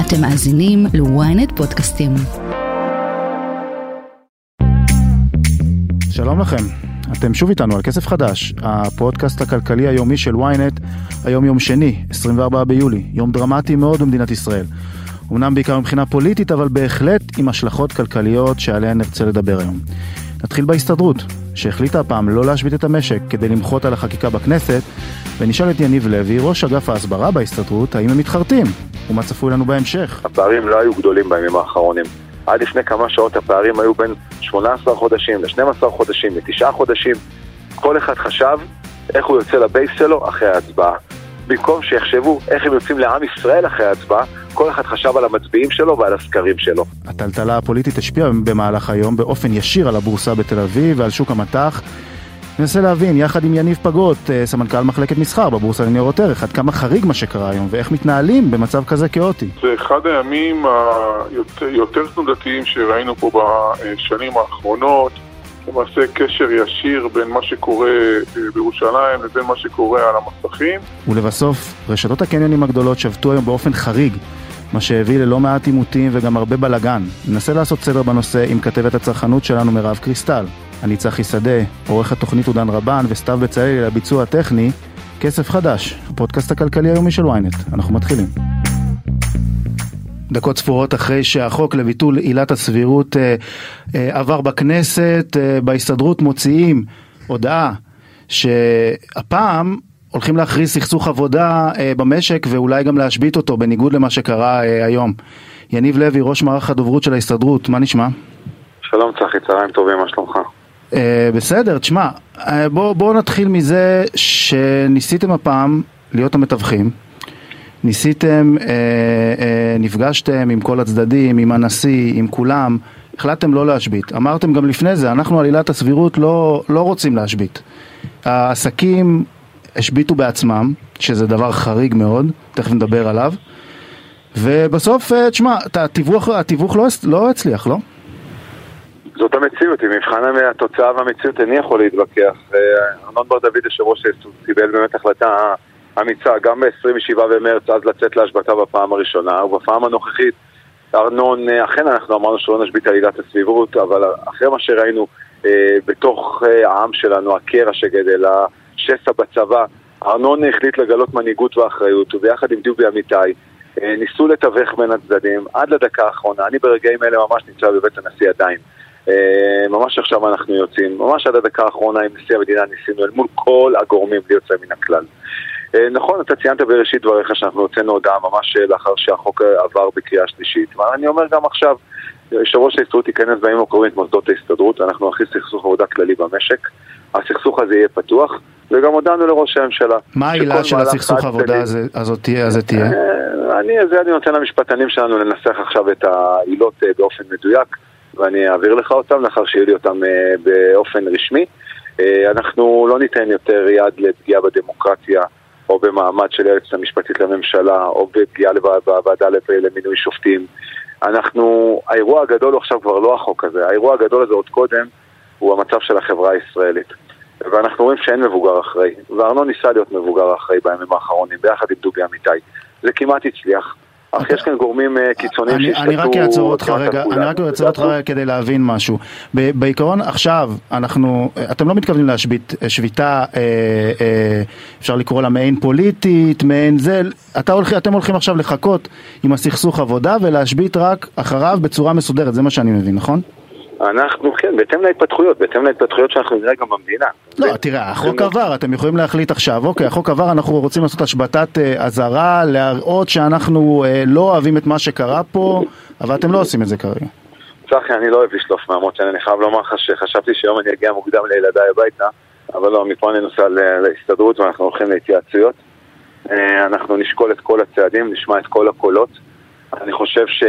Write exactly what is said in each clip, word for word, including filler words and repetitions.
אתם מאזינים ל-ynet פודקאסטים. שלום לכם, אתם שוב איתנו על כסף חדש, הפודקאסט הכלכלי היומי של ynet, היום יום שני, עשרים וארבעה ביולי, יום דרמטי מאוד במדינת ישראל. אמנם בעיקר מבחינה פוליטית, אבל בהחלט עם השלכות כלכליות שעליהן נרצה לדבר היום. נתחיל בהסתדרות, שהחליטה הפעם לא להשבית את המשק כדי למחות על החקיקה בכנסת, ונשאל את יניב לוי, ראש אגף ההסברה בהסתדרות, האם הם מתחרטים, ומה צפוי לנו בהמשך. הפערים לא היו גדולים בימים האחרונים. עד לפני כמה שעות הפערים היו בין שמונה עשרה חודשים ל-שנים עשר חודשים ל-תשעה חודשים. כל אחד חשב איך הוא יוצא לבייס שלו אחרי ההצבעה. במקום שיחשבו איך הם יוצאים לעם ישראל אחרי ההצבעה, כל אחד חשב על המצביעים שלו ועל הסקרים שלו. הטלטלה הפוליטית השפיעה במהלך היום באופן ישיר על הבורסה בתל אביב ועל שוק המטח. ננסה להבין, יחד עם יניב פגות, סמנכ"ל מחלקת מסחר בבורסה לניירות ערך, עד כמה חריג מה שקרה היום ואיך מתנהלים במצב כזה כאוטי. זה אחד הימים היותר תנודתיים שראינו פה בשנים האחרונות. למעשה קשר ישיר בין מה שקורה בירושלים לבין מה שקורה על המסכים. ולבסוף, רשתות הקניונים הגדולות שבתו היום באופן חריג, מה שהביא ללא מעט עימותים וגם הרבה בלגן. ננסה לעשות סדר בנושא עם כתבת הצרכנות שלנו מירב קריסטל. אני צחי שדה, עורך התוכנית עודן רבן וסתיו בצלאלי לביצוע הטכני. כסף חדש, הפודקאסט הכלכלי היומי של ynet. אנחנו מתחילים. דקות ספורות אחרי שהחוק לביטול עילת הסבירות אה, אה, עבר בכנסת, אה, בהסתדרות מוציאים הודעה שהפעם הולכים להכריז סכסוך עבודה אה, במשק ואולי גם להשבית אותו בניגוד למה שקרה אה, היום. יניב לוי, ראש מערך הדוברות של ההסתדרות, מה נשמע? שלום צחי, צהריים טובים, מה שלומך? אה, בסדר, תשמע, אה, בוא, בוא נתחיל מזה שניסיתם הפעם להיות המתווכים. ניסיתם, אה, אה, נפגשתם עם כל הצדדים, עם הנשיא, עם כולם, החלטתם לא להשבית. אמרתם גם לפני זה, אנחנו על עילת הסבירות לא, לא רוצים להשבית. העסקים השביתו בעצמם, שזה דבר חריג מאוד, תכף נדבר עליו, ובסוף, תשמע, התיווך, התיווך לא, לא הצליח, לא? זאת המציאות, עם מבחן התוצאה והמציאות אני יכול להתווכח. ארנון בר דוד, יושב ראש ההסתדרות, קיבל באמת החלטה אמיצה, גם ב-עשרים ושבעה במרץ, אז לצאת להשבתה בפעם הראשונה, ובפעם הנוכחית, ארנון, אכן אנחנו אמרנו שלא נשבית על עילת הסבירות, אבל אחרי מה שראינו אה, בתוך אה, העם שלנו, הקרע שגדל, השסע בצבא, ארנון החליט לגלות מנהיגות ואחריות, וביחד עם דובי אמיתי, אה, ניסו לתווך בין הצדדים, עד לדקה האחרונה, אני ברגעים אלה ממש נמצא בבית הנשיא עדיין, אה, ממש עכשיו אנחנו יוצאים, ממש עד הדקה האחרונה עם נשיא המדינה ניסינו, אל מול כל הגורמים בלי יוצא מן הכלל. נכון, אתה ציינת בראשית דבריך שאנחנו הוצאנו הודעה ממש לאחר שהחוק עבר בקריאה שלישית. ואני אומר גם עכשיו, יושב ראש ההסתדרות ייכנס בימים הקרובים את מוסדות ההסתדרות, אנחנו נכניס סכסוך עבודה כללי במשק, הסכסוך הזה יהיה פתוח, וגם הודענו לראש הממשלה. מה העילה של הסכסוך עבודה הזאת תהיה? אני, זה אני נותן למשפטנים שלנו לנסח עכשיו את העילות באופן מדויק, ואני אעביר לך אותם לאחר שיהיה לי אותם באופן רשמי. אנחנו לא ניתן יותר יד לפגיעה בדמוקרטיה, או במעמד של היועצת המשפטית לממשלה, או בפגיעה בוועדה למינוי שופטים. אנחנו, האירוע הגדול הוא עכשיו כבר לא החוק הזה, האירוע הגדול הזה עוד קודם הוא המצב של החברה הישראלית. ואנחנו רואים שאין מבוגר אחרי, וארנון ניסה להיות מבוגר אחרי בימים האחרונים, ביחד עם דובי אמיתי. זה כמעט הצליח. אך יש כאן גורמים קיצוניים שהשתתו... אני רק אעצור אותך רגע, אני רק אעצור אותך רגע כדי להבין משהו. בעיקרון עכשיו, אנחנו, אתם לא מתכוונים להשבית שביתה, אפשר לקרוא לה מעין פוליטית, מעין זה, אתם הולכים עכשיו לחכות עם הסכסוך עבודה ולהשבית רק אחריו בצורה מסודרת, זה מה שאני מבין, נכון? אנחנו, כן, בהתאם להתפתחויות, בהתאם להתפתחויות שאנחנו נראה גם במדינה. לא, תראה, החוק עבר, אתם יכולים להחליט עכשיו, אוקיי, החוק עבר, אנחנו רוצים לעשות השבתת עזרה, להראות שאנחנו לא אוהבים את מה שקרה פה, אבל אתם לא עושים את זה כרגע. צחי, אני לא אוהב לשלוף מהמות, שאני חייב לומר לך שחשבתי שיום אני אגיע מוקדם לילדיי הביתה, אבל לא, מפה אני נוסע להסתדרות ואנחנו הולכים להתייעצויות. אנחנו נשקול את כל הצעדים, נשמע את כל הקולות. אני חושב ש...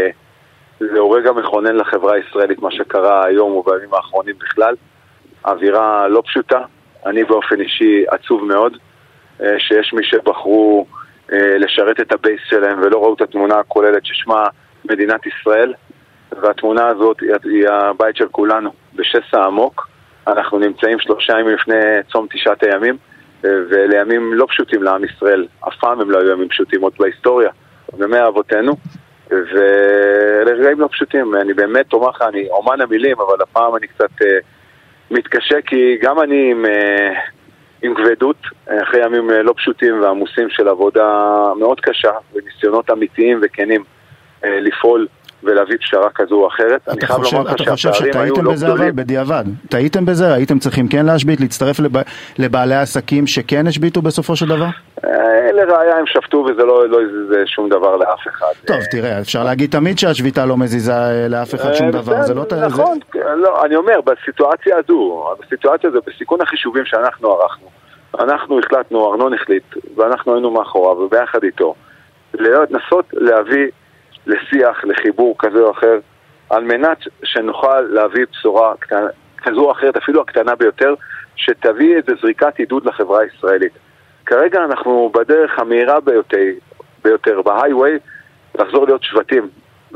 זה רגע מכונן לחברה הישראלית מה שקרה היום ובימים האחרונים בכלל. האווירה לא פשוטה, אני באופן אישי עצוב מאוד, שיש מי שבחרו לשרת את הבייס שלהם ולא ראו את התמונה הכוללת ששמה מדינת ישראל, והתמונה הזאת היא הבית של כולנו, בשסע עמוק. אנחנו נמצאים שלושה ימים לפני צום תשעת הימים, ואלה ימים לא פשוטים לעם ישראל, אף פעם הם לא היו ימים פשוטים עוד בהיסטוריה, במאה אבותינו. ואלה רגעים לא פשוטים. אני באמת אומר לך, אני אומן המילים, אבל הפעם אני קצת uh, מתקשה, כי גם אני עם, uh, עם כבדות, אחרי ימים uh, לא פשוטים ועמוסים של עבודה מאוד קשה, וניסיונות אמיתיים וכנים uh, לפעול ולהביא פשרה כזו או אחרת. אתה חושב, אתה חושב שטעיתם בזה לא אבל בדיעבד? טעיתם בזה? הייתם צריכים כן להשבית, להצטרף לב... לבעלי העסקים שכן השביתו בסופו של דבר? לראיה הם שפטו וזה לא, לא זה שום דבר לאף אחד. טוב, תראה, אפשר להגיד תמיד שהשביתה לא מזיזה לאף אחד שום דבר, זה לא... נכון, לא, אני אומר, בסיטואציה הזו, בסיטואציה הזו, בסיכון החישובים שאנחנו ערכנו, אנחנו החלטנו, ארנון החליט, ואנחנו היינו מאחוריו וביחד איתו, לנסות להביא לשיח, לחיבור כזה או אחר, על מנת שנוכל להביא בשורה כזו או אחרת, אפילו הקטנה ביותר, שתביא איזו זריקת עידוד לחברה הישראלית. כרגע אנחנו בדרך המהירה ביותר, ביותר בהיי-ווי, לחזור להיות שבטים.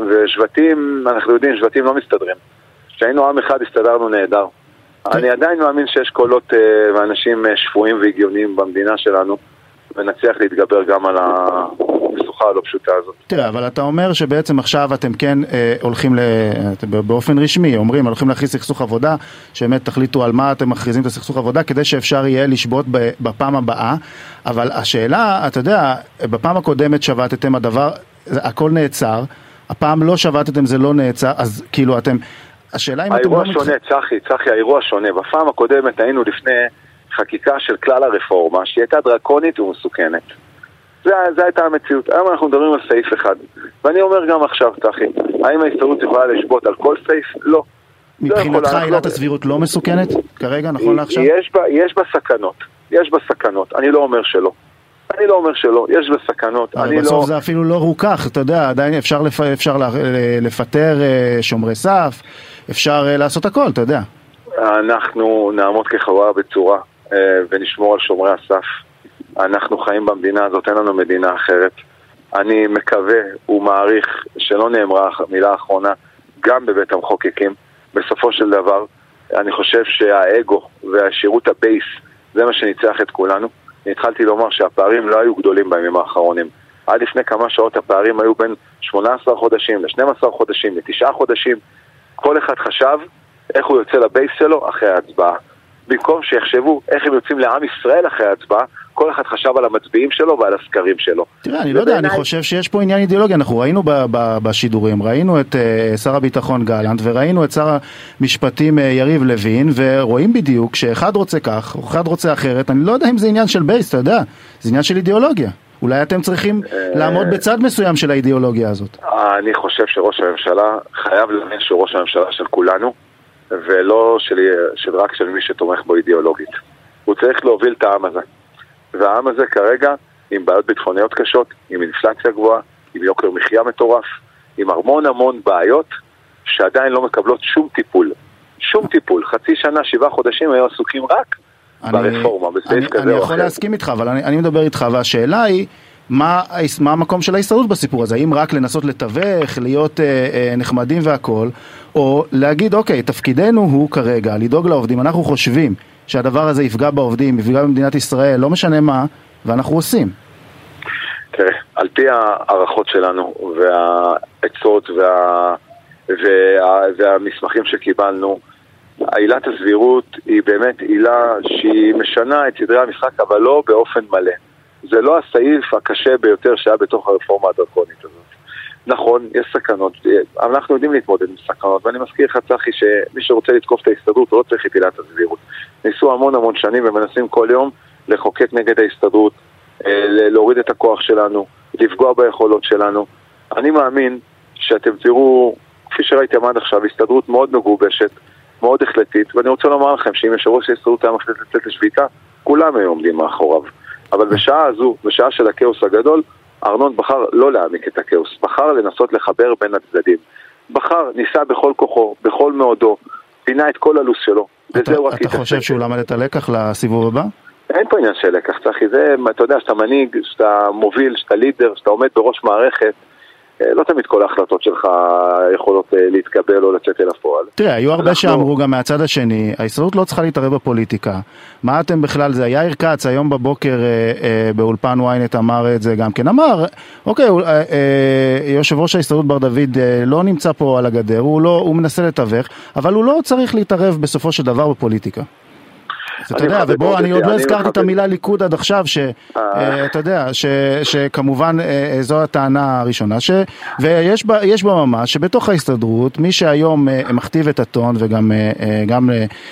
ושבטים, אנחנו יודעים, שבטים לא מסתדרים. כשהיינו עם אחד, הסתדרנו נהדר. אני עדיין מאמין שיש קולות ואנשים שפויים והגיוניים במדינה שלנו, ונצליח להתגבר גם על המסוכה הלא פשוטה הזאת. תראה, אבל אתה אומר שבעצם עכשיו אתם כן אה, הולכים ל... באופן רשמי, אומרים, הולכים להכריז סכסוך עבודה, שבאמת תחליטו על מה אתם מכריזים את הסכסוך עבודה, כדי שאפשר יהיה לשבות בפעם הבאה, אבל השאלה, אתה יודע, בפעם הקודמת שבתתם הדבר, הכל נעצר, הפעם לא שבתתם, זה לא נעצר, אז כאילו אתם... השאלה אם האירוע אתם... שונה, צחי, צחי, האירוע שונה. בפעם הקודמת היינו לפני חקיקה של כלל הרפורמה, שהיא הייתה דרקונית ומסוכנת. זה, זה הייתה המציאות. היום אנחנו מדברים על סעיף אחד. ואני אומר גם עכשיו, צחי, האם ההסתדרות יכולה לשבות על כל סעיף? לא. מבחינתך עילת הסבירות לא מסוכנת? כרגע, נכון לעכשיו? יש בה, יש בה סכנות. יש בה סכנות. אני לא אומר שלא. אני לא אומר שלא, יש בסכנות. אבל בסוף לא... זה אפילו לא רוכח, אתה יודע, עדיין אפשר, לפ... אפשר לפטר שומרי סף, אפשר לעשות הכל, אתה יודע. אנחנו נעמוד כחברה בצורה ונשמור על שומרי הסף. אנחנו חיים במדינה הזאת, אין לנו מדינה אחרת. אני מקווה ומעריך שלא נאמרה המילה האחרונה גם בבית המחוקקים. בסופו של דבר, אני חושב שהאגו והשירות הבייס זה מה שניצח את כולנו. אני התחלתי לומר שהפערים לא היו גדולים בימים האחרונים. עד לפני כמה שעות הפערים היו בין שמונה עשרה חודשים ל-שנים עשר חודשים ל-תשעה חודשים. כל אחד חשב איך הוא יוצא לבייס שלו אחרי ההצבעה. במקום שיחשבו איך הם יוצאים לעם ישראל אחרי ההצבעה, כל אחד חשב על המצביעים שלו ועל הסקרים שלו. תראה, אני לא יודע, אני חושב שיש פה עניין אידיאולוגי. אנחנו ראינו בשידורים, ראינו את שר הביטחון גלנט וראינו את שר המשפטים יריב לוין, ורואים בדיוק שאחד רוצה כך, אחד רוצה אחרת. אני לא יודע אם זה עניין של בייס, אתה יודע, זה עניין של אידיאולוגיה. אולי אתם צריכים לעמוד בצד מסוים של האידיאולוגיה הזאת. אני חושב שראש הממשלה חייב להבין שהוא ראש הממשלה של כולנו, ולא של, של רק של מי שתומך בו אידיאולוגית. הוא צריך להוביל את העם הזה. והעם הזה כרגע עם בעיות ביטחוניות קשות, עם אינפלציה גבוהה, עם יוקר מחיה מטורף, עם המון המון בעיות שעדיין לא מקבלות שום טיפול. שום טיפול. חצי שנה, שבעה חודשים היו עסוקים רק אני, ברפורמה, בסעיף אני, כזה אני או אחר. יכול להסכים איתך, אבל אני, אני מדבר איתך, והשאלה היא, מה, מה המקום של ההסתדרות בסיפור הזה? האם רק לנסות לתווך, להיות אה, אה, נחמדים והכל, או להגיד, אוקיי, תפקידנו הוא כרגע לדאוג לעובדים, אנחנו חושבים שהדבר הזה יפגע בעובדים, יפגע במדינת ישראל, לא משנה מה, ואנחנו עושים. תראה, על פי הערכות שלנו, והעצות וה... וה... והמסמכים שקיבלנו, העילת הסבירות היא באמת עילה שהיא משנה את סדרי המשחק, אבל לא באופן מלא. זה לא הסעיף הקשה ביותר שהיה בתוך הרפורמה הדרקונית הזאת. נכון, יש סכנות, אנחנו יודעים להתמודד עם סכנות, ואני מזכיר לך צחי שמי שרוצה לתקוף את ההסתדרות לא צריך את עילת הסבירות. ניסו המון המון שנים ומנסים כל יום לחוקק נגד ההסתדרות, להוריד את הכוח שלנו, לפגוע ביכולות שלנו. אני מאמין שאתם תראו, כפי שראיתם עד עכשיו, הסתדרות מאוד מגובשת, מאוד החלטית, ואני רוצה לומר לכם שאם יש ראש ההסתדרות היה מחליט לצאת לשביתה, כולם היו עומדים מאחוריו. אבל בשעה הזו, בשעה של הכאוס הגדול, ארנון בחר לא להעמיק את הכאוס, בחר לנסות לחבר בין הצדדים. בחר, ניסה בכל כוחו, בכל מאודו, פינה את כל הלוס שלו. אתה, אתה חושב שהוא למד את הלקח לסיבוב הבא? אין פה עניין של לקח, צחי. זה, אתה יודע, שאתה מנהיג, שאתה מוביל, שאתה לידר, שאתה עומד בראש מערכת, לא תמיד כל ההחלטות שלך יכולות להתקבל או לצאת אל הפועל. תראה, היו הרבה שאמרו גם מהצד השני, ההסתדרות לא צריכה להתערב בפוליטיקה. מה אתם בכלל זה? יאיר כץ היום בבוקר באולפן וויינט אמר את זה גם כן. אמר, אוקיי, יושב ראש ההסתדרות בר דוד לא נמצא פה על הגדר, הוא, לא, הוא מנסה לתווך, אבל הוא לא צריך להתערב בסופו של דבר בפוליטיקה. אתה יודע, ובוא, אני עוד לא הזכרתי את המילה ליכוד עד עכשיו, שאתה יודע, שכמובן זו הטענה הראשונה, ויש בה ממש, שבתוך ההסתדרות, מי שהיום מכתיב את הטון, וגם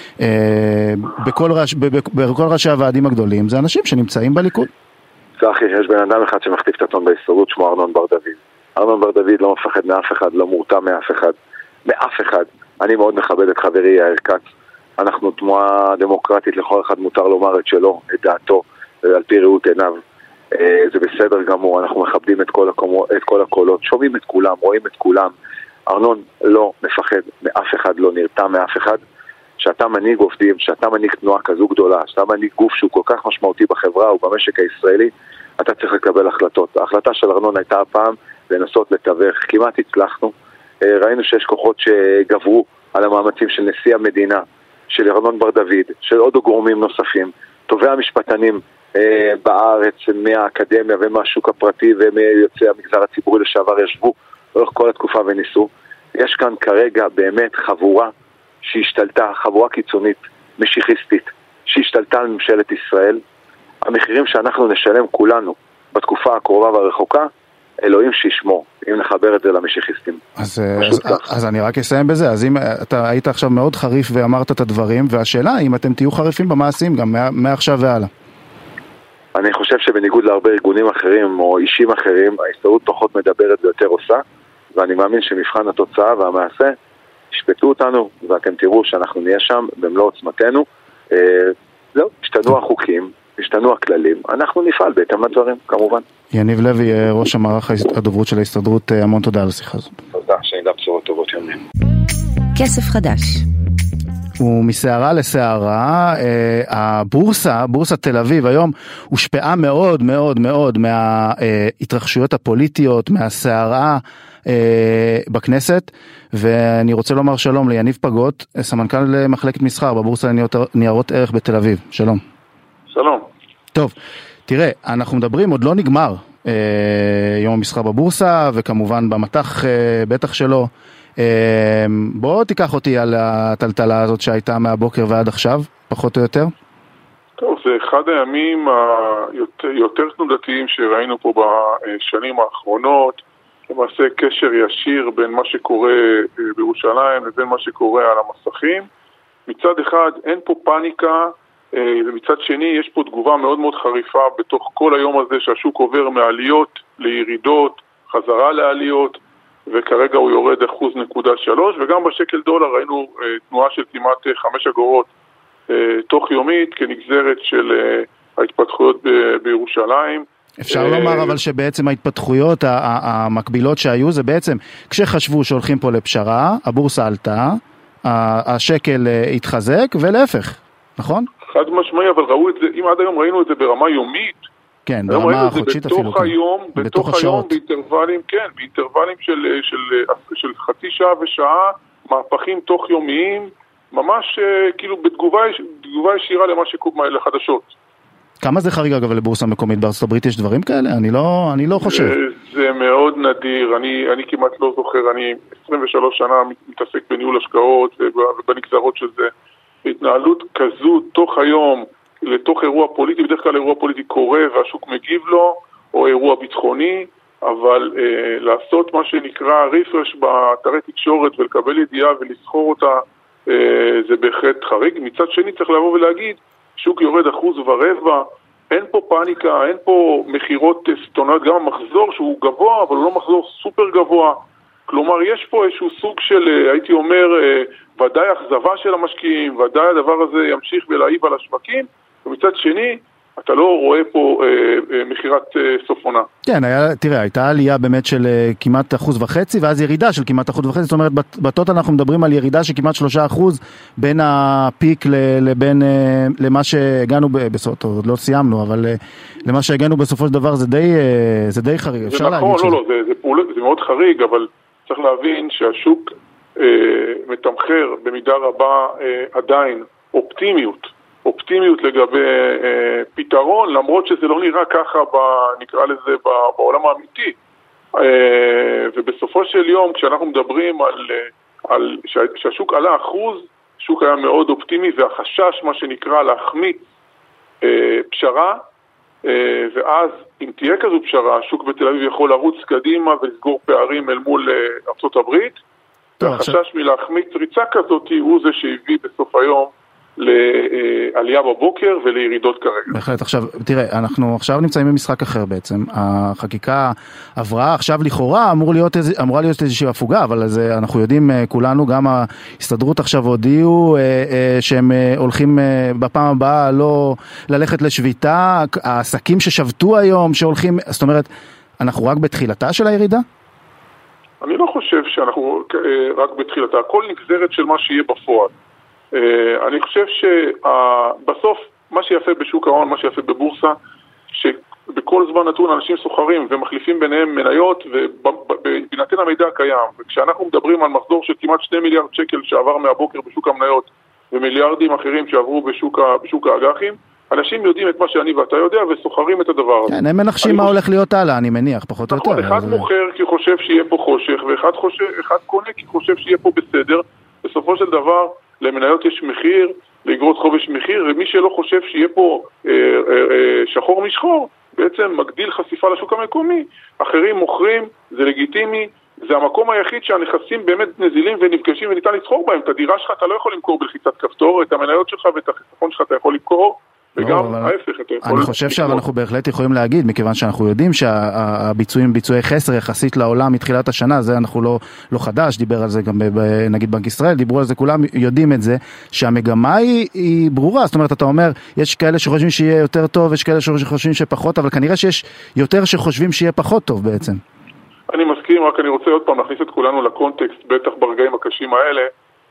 בכל ראשי הוועדים הגדולים, זה אנשים שנמצאים בליכוד. צחי, יש בן אדם אחד שמכתיב את הטון בהסתדרות, שמו ארנון בר דוד. ארנון בר דוד לא מפחד מאף אחד, לא מורתע מאף אחד, מאף אחד. אני מאוד מכבד את חברי יאיר כץ. אנחנו תנועה דמוקרטית, לכל אחד מותר לומר את שלו, את דעתו, על פי ראות עיניו. זה בסדר גמור, אנחנו מכבדים את כל, הקומו, את כל הקולות, שומעים את כולם, רואים את כולם. ארנון לא מפחד מאף אחד, לא נרתע מאף אחד. שאתה מנהיג עובדים, שאתה מנהיג תנועה כזו גדולה, שאתה מנהיג גוף שהוא כל כך משמעותי בחברה ובמשק הישראלי, אתה צריך לקבל החלטות. ההחלטה של ארנון הייתה הפעם לנסות לתווך, כמעט הצלחנו. ראינו שיש כוחות שגברו על המאמצים של נשיא המדינה, של ארנון בר דוד, של עוד גורמים נוספים, טובי המשפטנים אה, בארץ, מהאקדמיה ומהשוק הפרטי ומיוצאי המגזר הציבורי לשעבר ישבו לאורך כל התקופה וניסו. יש כאן כרגע באמת חבורה שהשתלטה, חבורה קיצונית, משיחיסטית, שהשתלטה על ממשלת ישראל. המחירים שאנחנו נשלם כולנו בתקופה הקרובה והרחוקה, אלוהים שישמור, אם נחבר את זה למשיחיסטים. אז, אז, אז אני רק אסיים בזה. אז אם אתה היית עכשיו מאוד חריף ואמרת את הדברים, והשאלה אם אתם תהיו חריפים במעשים גם מעכשיו והלאה. אני חושב שבניגוד להרבה ארגונים אחרים או אישים אחרים, ההסתדרות פחות מדברת ויותר עושה, ואני מאמין שמבחן התוצאה והמעשה ישפטו אותנו, ואתם תראו שאנחנו נהיה שם במלוא עוצמתנו. אה, זהו, השתנו החוקים, השתנו הכללים, אנחנו נפעל בהתאם לדברים, כמובן. יניב לוי, ראש המערך הדוברות של ההסתדרות, המון תודה על השיחה הזאת. תודה, שנדע בשורות טובות ימים. כסף חדש. ומסערה לסערה, הבורסה, בורסת תל אביב היום הושפעה מאוד מאוד מאוד מההתרחשויות הפוליטיות, מהסערה בכנסת, ואני רוצה לומר שלום ליניב פגות, סמנכ"ל מחלקת מסחר בבורסה לניירות ערך בתל אביב. שלום. שלום. טוב, תראה, אנחנו מדברים, עוד לא נגמר אה, יום המסחר בבורסה, וכמובן במתח אה, בטח שלו. אה, בוא תיקח אותי על הטלטלה הזאת שהייתה מהבוקר ועד עכשיו, פחות או יותר. טוב, זה אחד הימים היותר יותר תנודתיים שראינו פה בשנים האחרונות, למעשה קשר ישיר בין מה שקורה בירושלים לבין מה שקורה על המסכים. מצד אחד אין פה פאניקה, ומצד שני יש פה תגובה מאוד מאוד חריפה בתוך כל היום הזה שהשוק עובר מעליות לירידות, חזרה לעליות, וכרגע הוא יורד אחוז נקודה שלוש, וגם בשקל דולר ראינו תנועה של כמעט חמש אגורות תוך יומית כנגזרת של ההתפתחויות בירושלים. אפשר לומר אבל שבעצם ההתפתחויות המקבילות שהיו זה בעצם כשחשבו שהולכים פה לפשרה, הבורסה עלתה, השקל התחזק ולהפך, נכון? חד משמעי, אבל ראו את זה, אם עד היום ראינו את זה ברמה יומית, כן, ברמה החודשית אפילו, בתוך היום, בתוך היום, באינטרוולים, כן, באינטרוולים של, של, של חצי שעה ושעה, מהפכים תוך יומיים, ממש כאילו בתגובה, בתגובה ישירה למה שקורה לחדשות. כמה זה חריג אגב לבורסה מקומית בארצות הברית? יש דברים כאלה? אני לא, אני לא חושב. זה, זה מאוד נדיר, אני, אני כמעט לא זוכר, אני עשרים ושלוש שנה מתעסק בניהול השקעות ובנגזרות של זה. התנהלות כזו תוך היום לתוך אירוע פוליטי, בדרך כלל אירוע פוליטי קורה והשוק מגיב לו, או אירוע ביטחוני, אבל אה, לעשות מה שנקרא ריפרש באתרי תקשורת ולקבל ידיעה ולסחור אותה, אה, זה בהחלט חריג. מצד שני צריך לבוא ולהגיד, שוק יורד אחוז ורבע, אין פה פאניקה, אין פה מחירות סיטונאיות, גם המחזור שהוא גבוה, אבל הוא לא מחזור סופר גבוה. כלומר, יש פה איזשהו סוג של, הייתי אומר, ודאי אכזבה של המשקיעים, ודאי הדבר הזה ימשיך ולהעיב על השווקים, ומצד שני, אתה לא רואה פה אה, אה, מחירת אה, סוף עונה. כן, היה, תראה, הייתה עלייה באמת של אה, כמעט אחוז וחצי, ואז ירידה של כמעט אחוז וחצי, זאת אומרת, בטוטל אנחנו מדברים על ירידה של כמעט שלושה אחוז, בין הפיק ל, לבין, אה, למה שהגענו, בסופו, עוד לא סיימנו, אבל אה, למה שהגענו בסופו של דבר זה די, אה, זה די חריג, אפשר נכון, להגיד לא, שזה. לא, זה, זה, פעול, זה מאוד חריג, אבל צריך להבין שהשוק אה, מתמחר במידה רבה אה, עדיין אופטימיות, אופטימיות לגבי אה, פתרון, למרות שזה לא נראה ככה, ב, נקרא לזה, ב, בעולם האמיתי. אה, ובסופו של יום, כשאנחנו מדברים על, על שה, שהשוק עלה אחוז, השוק היה מאוד אופטימי, והחשש, מה שנקרא, להחמיץ אה, פשרה, אה, ואז אם תהיה כזו פשרה, השוק בתל אביב יכול לרוץ קדימה ולסגור פערים אל מול אה, ארצות הברית. החשש עכשיו... מלהחמיץ ריצה כזאת הוא זה שהביא בסוף היום לעלייה בבוקר ולירידות כרגע. בהחלט, עכשיו, תראה, אנחנו עכשיו נמצאים במשחק אחר בעצם. החקיקה עברה, עכשיו לכאורה אמור להיות איז, אמורה להיות איזושהי הפוגה, אבל זה, אנחנו יודעים כולנו, גם ההסתדרות עכשיו הודיעו שהם הולכים בפעם הבאה לא ללכת לשביתה, העסקים ששבתו היום שהולכים, זאת אומרת, אנחנו רק בתחילתה של הירידה? אני לא חושב שאנחנו רק בתחילתה, הכל נגזרת של מה שיהיה בפועל. אני חושב שבסוף מה שיפה בשוק ההון, מה שיפה בבורסה, שבכל זמן נתון אנשים סוחרים ומחליפים ביניהם מניות ובינתן המידע הקיים. וכשאנחנו מדברים על מחזור של כמעט שני מיליארד שקל שעבר מהבוקר בשוק המניות ומיליארדים אחרים שעברו בשוק, בשוק האג"חים, אנשים יודעים את מה שאני ואתה יודע וסוחרים את הדבר הזה. כן, הם מנחשים מה הולך להיות הלאה, אני מניח, פחות או יותר. נכון, אחד מוכר כי חושב שיהיה פה חושך, ואחד קונה כי חושב שיהיה פה בסדר. בסופו של דבר, למניות יש מחיר, לאגרות חוב יש מחיר, ומי שלא חושב שיהיה פה אה, אה, אה, שחור משחור, בעצם מגדיל חשיפה לשוק המקומי. אחרים מוכרים, זה לגיטימי, זה המקום היחיד שהנכסים באמת נזילים ונפגשים וניתן לסחור בהם. את הדירה שלך אתה לא יכול למכור בלחיצת כפתור, את המניות שלך ואת החיסכון שלך אתה יכול למכור, וגם ההפך אתה יכול... אני חושב שאנחנו בהחלט יכולים להגיד, מכיוון שאנחנו יודעים שהביצועים ביצועי חסר יחסית לעולם מתחילת השנה, זה אנחנו לא, לא חדש, דיבר על זה גם נגיד בנק ישראל, דיברו על זה, כולם יודעים את זה, שהמגמה היא, היא ברורה, זאת אומרת, אתה אומר, יש כאלה שחושבים שיהיה יותר טוב, יש כאלה שחושבים שפחות, אבל כנראה שיש יותר שחושבים שיהיה פחות טוב בעצם. אני מסכים, רק אני רוצה עוד פעם להכניס את כולנו לקונטקסט, בטח ברגעים הקשים האלה,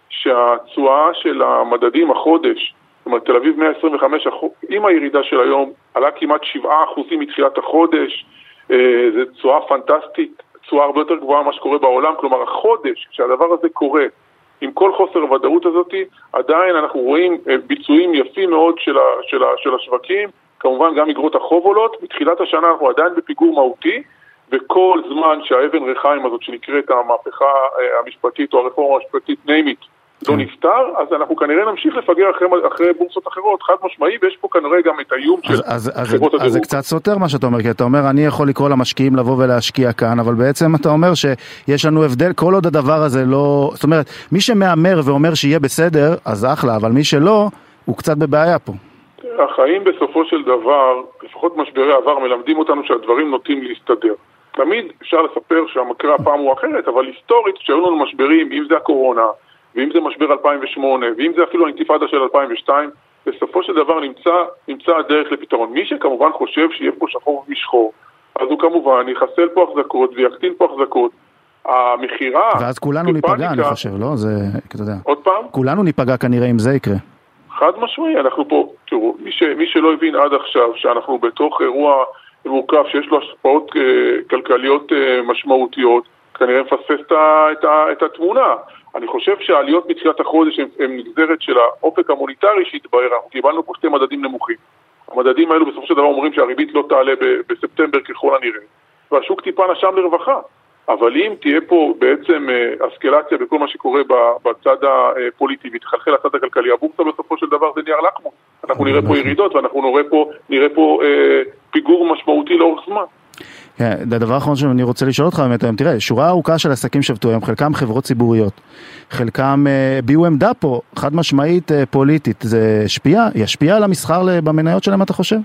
שהתשואה של המדדים החודש, זאת אומרת, תל אביב מאה עשרים וחמש אחוז, עם הירידה של היום, עלה כמעט שבעה אחוזים מתחילת החודש, אה, זה תשואה פנטסטית, תשואה הרבה יותר גבוהה ממה שקורה בעולם, כלומר, החודש, כשהדבר הזה קורה, עם כל חוסר הוודאות הזאת, עדיין אנחנו רואים אה, ביצועים יפים מאוד של, ה, של, ה, של השווקים, כמובן גם אגרות החוב עולות, מתחילת השנה אנחנו עדיין בפיגור מהותי, וכל זמן שהאבן ריחיים הזאת שנקראת המהפכה אה, המשפטית או הרפורמה המשפטית ניימית, לא נפטר, אז אנחנו כנראה נמשיך לפגר אחרי, אחרי בורסות אחרות, חד משמעי, ויש פה כנראה גם את האיום של אז, אז, חברות הדירוג. אז זה קצת סותר מה שאתה אומר, כי אתה אומר, אני יכול לקרוא למשקיעים לבוא ולהשקיע כאן, אבל בעצם אתה אומר שיש לנו הבדל, כל עוד הדבר הזה לא, זאת אומרת, מי שמאמר ואומר שיהיה בסדר, אז אחלה, אבל מי שלא, הוא קצת בבעיה פה. החיים בסופו של דבר, לפחות משברי עבר, מלמדים אותנו שהדברים נוטים להסתדר. תמיד אפשר לספר שהמקרה הפעם הוא אחרת, אבל היסטורית, שהיו לנו משברים, אם זה הקורונה, ואם זה משבר אלפיים ושמונה, ואם זה אפילו האינתיפאדה של אלפיים ושתיים, בסופו של דבר נמצא, נמצא הדרך לפתרון. מי שכמובן חושב שיהיה פה שחור משחור, אז הוא כמובן יחסל פה החזקות ויקטין פה החזקות. המחירה... ואז כולנו ניפגע, אני חושב, לא? זה, אתה יודע. עוד פעם? כולנו ניפגע כנראה אם זה יקרה. חד משמעי, אנחנו פה, תראו, מי, ש, מי שלא הבין עד עכשיו שאנחנו בתוך אירוע מורכב שיש לו השפעות אה, כלכליות אה, משמעותיות, כנראה מפספס את, את, את התמונה. אני חושב שהעליות מתחילת החודש הם נגזרת של האופק המוניטרי שהתברר. אנחנו קיבלנו פה שתי מדדים נמוכים. המדדים האלו בסופו של דבר אומרים שהריבית לא תעלה בספטמבר ככל הנראה, והשוק טיפה נשם לרווחה. אבל אם תהיה פה בעצם אסקלציה בכל מה שקורה בצד הפוליטי ותחלחל לצד הכלכלי, הבורסה בסופו של דבר זה נייר לקמוס. אנחנו נראה פה ירידות ואנחנו נראה פה, נראה פה אה, פיגור משמעותי לאורך זמן. כן, הדבר האחרון שאני רוצה לשאול אותך באמת, תראה, שורה ארוכה של עסקים שבתו היום, חלקם חברות ציבוריות, חלקם ביאו עמדה פה, חד משמעית פוליטית, זה ישפיע, ישפיע על המסחר במניות שלהם, אתה חושב?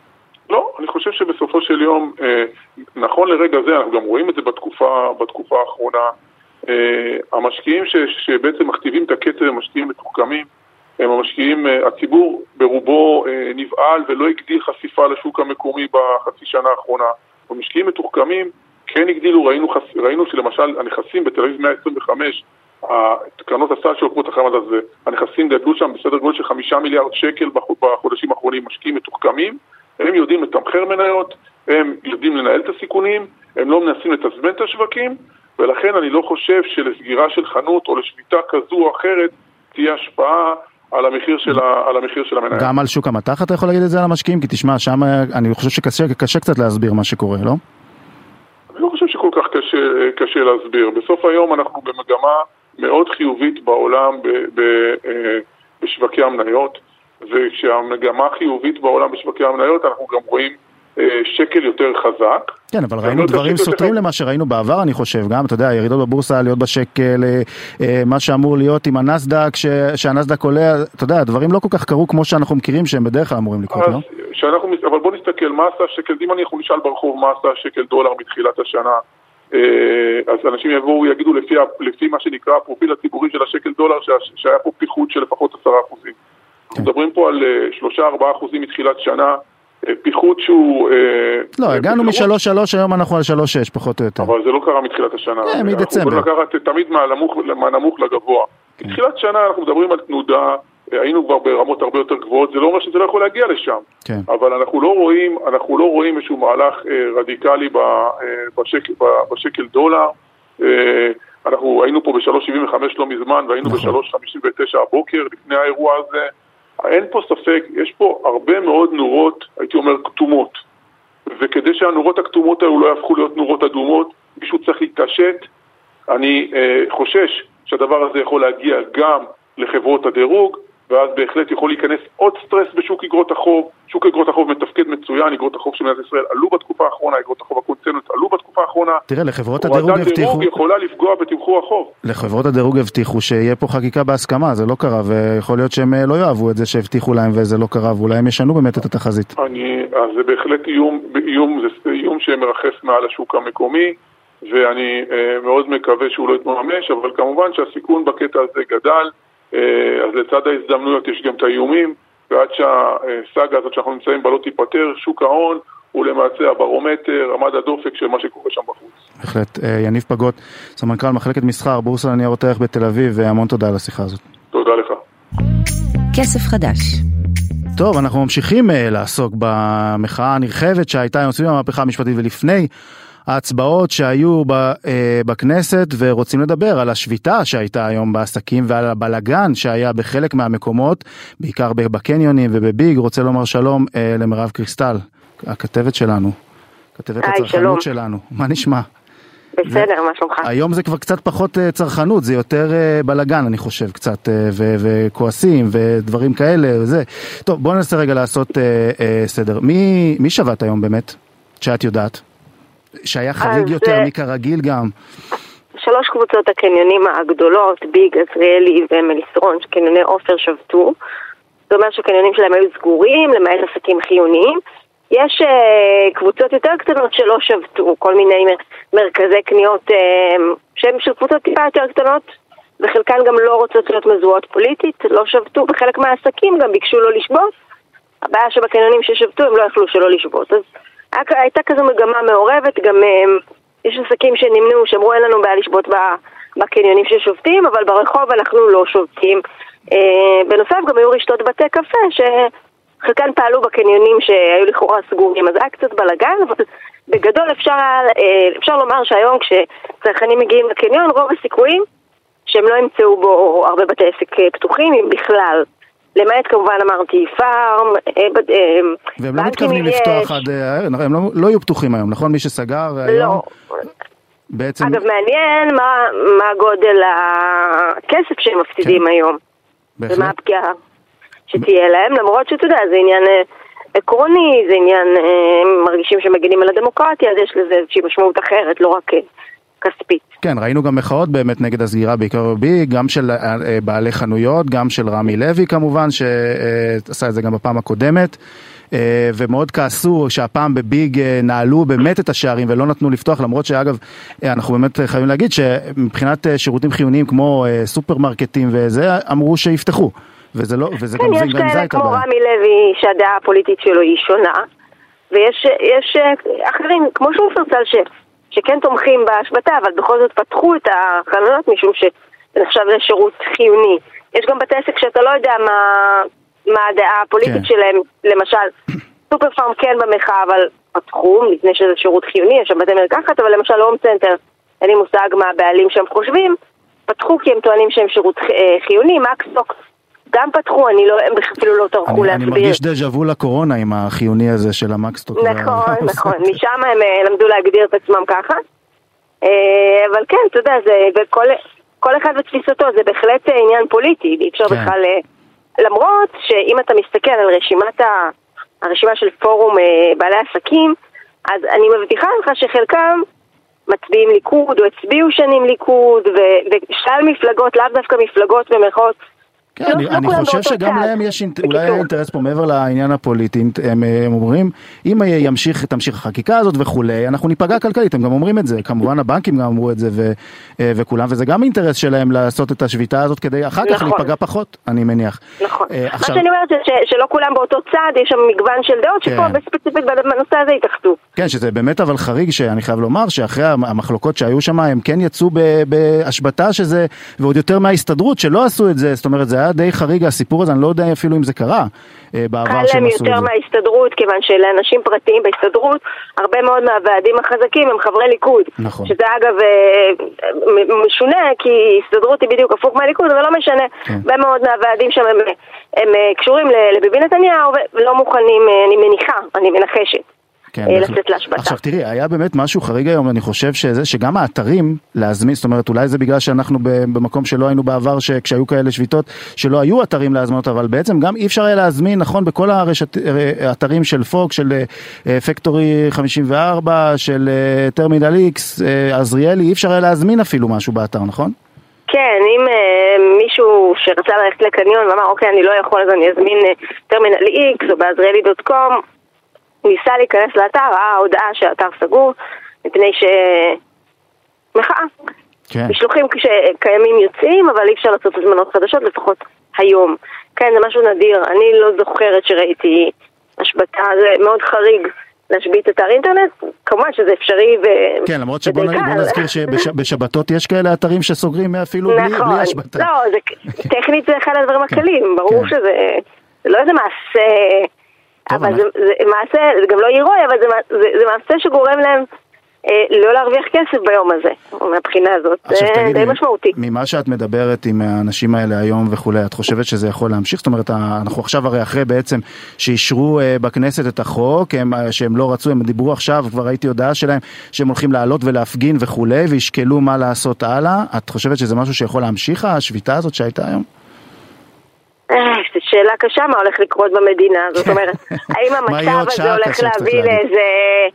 לא, אני חושב שבסופו של יום, נכון לרגע זה, אנחנו גם רואים את זה בתקופה, בתקופה האחרונה, המשקיעים ש, שבעצם מכתיבים את הקצב, המשקיעים מתוחכמים, הם המשקיעים, הציבור ברובו נבעל ולא הגדיל חשיפה לשוק המקומי בחצי שנה האחרונה. המשקיעים מתוחכמים כן הגדילו, ראינו, ראינו שלמשל הנכסים בתל אביב מאה עשרים וחמש, קרנות הסל שהוקמו אחרי המדד הזה, הנכסים גדלו שם בסדר גודל של חמישה מיליארד שקל בחודשים האחרונים, משקיעים מתוחכמים, הם יודעים לתמחר מניות, הם יודעים לנהל את הסיכונים, הם לא מנסים לתזמן את השווקים, ולכן אני לא חושב שלסגירה של חנות או לשביתה כזו או אחרת תהיה השפעה על המחיר של ה, על המחיר של המניה. גם על שוק המתח אתה יכול להגיד את זה על המשקיעים? כי תשמע, שם אני חושב שקשה קשה קצת להסביר מה שקורה, לא? אני לא חושב שכל כך קשה, קשה להסביר. בסוף היום אנחנו במגמה מאוד חיובית בעולם ב, ב, בשווקי המניות, וכשהמגמה חיובית בעולם בשווקי המניות אנחנו גם רואים שקל יותר חזק. כן, אבל ראינו דברים סותרים למה שראינו בעבר, אני חושב, גם, אתה יודע, ירידות בבורסה, להיות בשקל, מה שאמור להיות עם הנסדק, שהנסדק עולה, אתה יודע, הדברים לא כל כך קרו כמו שאנחנו מכירים, שהם בדרך כלל אמורים לקרות, לא? אבל בוא נסתכל, מה עשה השקל, אם אנחנו נשאל ברחוב מה עשה השקל דולר מתחילת השנה, אז אנשים יבואו, יגידו לפי, לפי מה שנקרא הפרופיל הציבורי של השקל דולר, שהיה פה פיחות של לפחות עשרה אחוזים. אנחנו מדברים פה על שלושה ארבעה אחוזים מתחילת שנה, פיחות שהוא... לא, הגענו משלוש שלוש, היום אנחנו על שלוש שש, פחות או יותר. אבל זה לא קרה מתחילת השנה. כן, מדצמבר. אנחנו יכולים לקחת תמיד מהנמוך לגבוה. מתחילת שנה אנחנו מדברים על תנודה, היינו כבר ברמות הרבה יותר גבוהות, זה לא אומר שזה לא יכול להגיע לשם. אבל אנחנו לא רואים, אנחנו לא רואים איזשהו מהלך רדיקלי בשקל דולר. אנחנו היינו פה ב-שלוש שבעים וחמש לא מזמן, והיינו ב-שלוש חמישים ותשע הבוקר לפני האירוע הזה. אין פה ספק, יש פה הרבה מאוד נורות, הייתי אומר, כתומות. וכדי שהנורות הכתומות האלו לא יהפכו להיות נורות אדומות, מישהו צריך להתעשת. אני אה, חושש שהדבר הזה יכול להגיע גם לחברות הדירוג, ואז בהחלט יכול להיכנס עוד סטרס בשוק אגרות החוב. שוק אגרות החוב מתפקד מצוין, אגרות החוב של מדינת ישראל עלו בתקופה האחרונה, אגרות החוב הקונצרניות עלו בתקופה האחרונה. תראה, לחברות הדירוג הבטיחו... הורדת דירוג יכולה לפגוע בתמחור החוב. לחברות הדירוג הבטיחו שיהיה פה חקיקה בהסכמה, זה לא קרה, ויכול להיות שהם לא יאהבו את זה שהבטיחו להם וזה לא קרה, ואולי הם ישנו באמת את התחזית. אני, אז זה בהחלט איום, איום, זה איום שמרחף מעל השוק המקומי, ואני אה, מאוד מקווה שהוא לא יתממש, אבל כמובן שהסיכון בקטע הזה גדל, אה, אז לצד ההזדמנויות יש גם את האיומים, ועד שהסאגה הזאת שאנחנו נמצאים בה לא תיפטר, שוק ההון הוא למעשה הברומטר, עמד הדופק של מה שקורה שם בחוץ. בהחלט. יניב פגות, סמנכ"ל מחלקת מסחר, בורסה לניירות ערך בתל אביב, והמון תודה על השיחה הזאת. תודה לך. כסף חדש. טוב, אנחנו ממשיכים לעסוק במחאה הנרחבת שהייתה היום סביב המהפכה המשפטית ולפני ההצבעות שהיו בכנסת, ורוצים לדבר על השביתה שהייתה היום בעסקים ועל הבלגן שהיה בחלק מהמקומות, בעיקר בקניונים ובביג. רוצה לומר שלום למרב קריסטל, הכתבת שלנו, כתבת הצרכנות שלנו. מה נשמע? בסדר, מה שלומך? היום זה כבר קצת פחות צרכנות, זה יותר בלגן, אני חושב, קצת, וכועסים ודברים כאלה וזה. טוב, בואו ננסה רגע לעשות סדר. מי, מי שבת היום באמת? שאת יודעת? שהיה חריג יותר מכרגיל גם. שלוש קבוצות הקניונים הגדולות, ביג, עזריאלי ומליסרון, שקניוני אופר שבתו. זאת אומרת שקניונים שלהם היו סגורים, למעט עסקים חיוניים. יש uh, קבוצות יותר קטנות שלא שבתו, כל מיני מרכזי קניות uh, שהם של קבוצות טיפה יותר קטנות, וחלקן גם לא רוצות להיות מזוהות פוליטית, לא שבתו, וחלק מהעסקים גם ביקשו לא לשבות. הבעיה שבקניונים ששבתו הם לא יכלו שלא לשבות. אז הייתה כזו מגמה מעורבת, גם uh, יש עסקים שנמנעו, שאמרו אין לנו בעיה לשבות בקניונים ששובתים, אבל ברחוב אנחנו לא שובתים. Uh, בנוסף גם היו רשתות בתי קפה ש... חלקן פעלו בקניונים שהיו לכאורה סגורים, אז היה קצת בלגן, אבל בגדול אפשר, אפשר לומר שהיום כשצרכנים מגיעים לקניון, רוב הסיכויים שהם לא ימצאו בו הרבה בתי עסק פתוחים, אם בכלל. למעט כמובן אמרתי פארם, והם לא מתכוונים לפתוח עד, הם לא, לא יהיו פתוחים היום, נכון? מי שסגר היום? לא. בעצם... אגב, מעניין מה, מה גודל הכסף שהם מפסידים כן. היום. בהחלט. ומה הפגיעה שתהיה להם, למרות שאתה יודע, זה עניין עקרוני, זה עניין, מרגישים שמגינים על הדמוקרטיה, אז יש לזה איזושהי משמעות אחרת, לא רק כספית. כן, ראינו גם מחאות באמת נגד הסגירה בעיקר בי, גם של בעלי חנויות, גם של רמי לוי כמובן, שעשה את זה גם בפעם הקודמת, ומאוד כעסו שהפעם בביג נעלו באמת את השערים ולא נתנו לפתוח, למרות שאגב, אנחנו באמת חייבים להגיד שמבחינת שירותים חיוניים כמו סופרמרקטים וזה, אמרו שיפתחו. וזה לא, וזה כן, גם יש זה, גם זה כאלה הייתה כמו בעיה. רמי לוי שהדעה הפוליטית שלו היא שונה, ויש יש אחרים כמו שופרסל ש, שכן תומכים בהשבתה, אבל בכל זאת פתחו את החלונות משום שנחשב לשירות חיוני. יש גם בתי עסק שאתה לא יודע מה, מה הדעה הפוליטית כן. שלהם, למשל סופר פארם כן במחאה, אבל פתחו לפני שזה שירות חיוני, יש שם בתי מרקחת, אבל למשל הום סנטר, אין לי מושג מה הבעלים שהם חושבים, פתחו כי הם טוענים שהם שירות חיוני, מקסטוק גם פתחו, אני לא, הם אפילו לא טרחו להסביר. אני מרגיש דז'ה וו לקורונה עם החיוני הזה של המקסטוק. נכון, נכון, משם הם למדו להגדיר את עצמם ככה. אבל כן, אתה יודע, כל אחד ותפיסתו, זה בהחלט עניין פוליטי, אי אפשר בכלל, למרות שאם אתה מסתכל על רשימת הרשימה של פורום בעלי עסקים, אז אני מבטיחה לך שחלקם מצביעים ליכוד, או הצביעו שנים ליכוד, ושלל מפלגות, לאו דווקא מפלגות במרכאות, כן, אני, אני חושב שגם להם יש אולי אינטרס פה מעבר לעניין הפוליטי, הם, הם אומרים, אם ימשיך, תמשיך החקיקה הזאת וכולי, אנחנו ניפגע כלכלית, הם גם אומרים את זה, כמובן הבנקים גם אמרו את זה ו, וכולם, וזה גם אינטרס שלהם לעשות את השביתה הזאת כדי אחר כך נכון. להיפגע פחות, אני מניח. נכון, uh, עכשיו... מה שאני אומרת זה ש, שלא כולם באותו צד, יש שם מגוון של דעות, כן. שפה בספציפית בנושא הזה יתחתו. כן, שזה באמת אבל חריג שאני חייב לומר, שאחרי המחלוקות שהיו שם, הם כן יצאו בהשבתה שזה, ועוד יותר מההסתדרות שלא עשו את זה, זאת אומרת, זה היה די חריג הסיפור הזה, אני לא יודע אפילו אם זה קרה בעבר שהם עשו את זה. קל להם יותר מההסתדרות, כיוון שלאנשים פרטיים בהסתדרות, הרבה מאוד מהוועדים החזקים הם חברי ליכוד. נכון. שזה אגב משונה, כי הסתדרות היא בדיוק הפוך מהליכוד, אבל לא משנה. כן. הרבה מאוד מהוועדים שם הם, הם קשורים לביבי נתניהו, ולא מוכנים, אני מניחה, אני מנחשת. כן, לצאת להשבתה. עכשיו תראי, היה באמת משהו חריג היום, אני חושב שזה, שגם האתרים להזמין, זאת אומרת אולי זה בגלל שאנחנו במקום שלא היינו בעבר, שכשהיו כאלה שביתות, שלא היו אתרים להזמנות, אבל בעצם גם אי אפשר היה להזמין, נכון, בכל האתרים של פוק, של פקטורי חמישים וארבע, של טרמינל איקס, עזריאלי, אי אפשר היה להזמין אפילו משהו באתר, נכון? כן, אם מישהו שרצה ללכת לקניון ואמר, אוקיי, אני לא יכול, אז אני אזמין טרמינל איקס או בעזריאלי דוט קום, ניסה להיכנס לאתר, ראה הודעה שהאתר סגור, מפני ש... מחאה. כן. משלוחים שקיימים יוצאים, אבל אי אפשר לעשות הזמנות חדשות, לפחות היום. כן, זה משהו נדיר. אני לא זוכרת שראיתי השבתה, זה מאוד חריג להשבית אתר אינטרנט. כמובן שזה אפשרי ו... כן, למרות שבוא נזכיר שבשבתות יש כאלה אתרים שסוגרים אפילו בלי השבתה. לא, טכנית זה אחד הדברים הקלים. ברור שזה לא איזה מעשה... אבל זה, זה מעשה, זה גם לא הירואי, אבל זה, זה, זה מעשה שגורם להם אה, לא להרוויח כסף ביום הזה, מהבחינה הזאת. זה די משמעותי. ממה שאת מדברת עם האנשים האלה היום וכולי, את חושבת שזה יכול להמשיך? זאת אומרת, אנחנו עכשיו הרי אחרי בעצם שאישרו אה, בכנסת את החוק, הם, שהם לא רצו, הם דיברו עכשיו, כבר ראיתי הודעה שלהם, שהם הולכים לעלות ולהפגין וכולי, וישקלו מה לעשות הלאה. את חושבת שזה משהו שיכול להמשיך, השביתה הזאת שהייתה היום? זו שאלה קשה מה הולך לקרות במדינה, זאת אומרת, האם המצב הזה הולך להביא לאיזה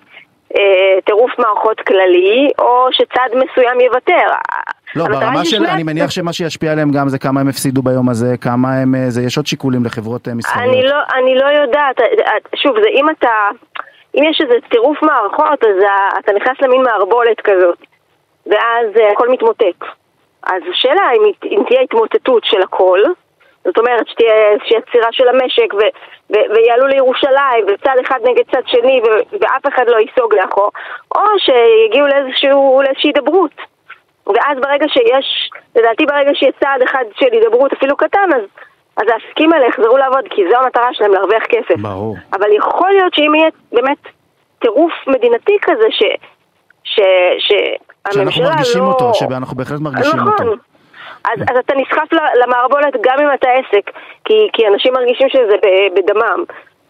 טירוף מערכות כללי, או שצד מסוים יוותר? לא, ברמה של, אני מניח שמה שישפיע עליהם גם זה כמה הם הפסידו ביום הזה, כמה הם, זה יש עוד שיקולים לחברות מסחריות. אני לא, אני לא יודעת, שוב, זה אם אתה, אם יש איזה טירוף מערכות, אז אתה נכנס למין מערבולת כזאת, ואז הכל מתמוטט. אז השאלה אם תהיה התמוטטות של הכל, זאת אומרת שתהיה איזושהי עצירה של המשק ו- ו- ויעלו לירושלים וצד אחד נגד צד שני ו- ואף אחד לא ייסוג לאחור, או שיגיעו לאיזשהו, לאיזושהי דברות. ואז ברגע שיש, לדעתי ברגע שיש צעד אחד של הידברות אפילו קטן, אז, אז העסקים האלה יחזרו לעבוד, כי זו המטרה שלהם, להרוויח כסף. ברור. אבל יכול להיות שאם יהיה באמת טירוף מדינתי כזה ש... ש... ש... שאנחנו מרגישים לא... אותו, שאנחנו בהחלט מרגישים נכון. אותו. אז, אז אתה נסחף למערבולת גם אם אתה עסק, כי, כי אנשים מרגישים שזה בדמם.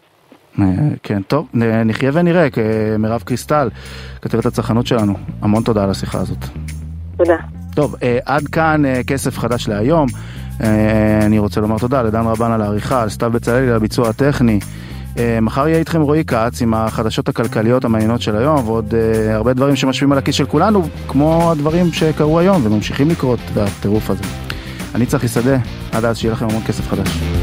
כן, טוב, נחיה ונראה. מירב קריסטל, כתבת הצרכנות שלנו, המון תודה על השיחה הזאת. תודה. טוב, עד כאן כסף חדש להיום. אני רוצה לומר תודה לדן רבן על העריכה, על סתיו בצלאלי על הביצוע הטכני. מחר יהיה איתכם רועי כץ עם החדשות הכלכליות המעניינות של היום, ועוד uh, הרבה דברים שמשפיעים על הכיס של כולנו, כמו הדברים שקרו היום וממשיכים לקרות והטירוף הזה. אני צחי שדה, עד אז שיהיה לכם המון כסף חדש.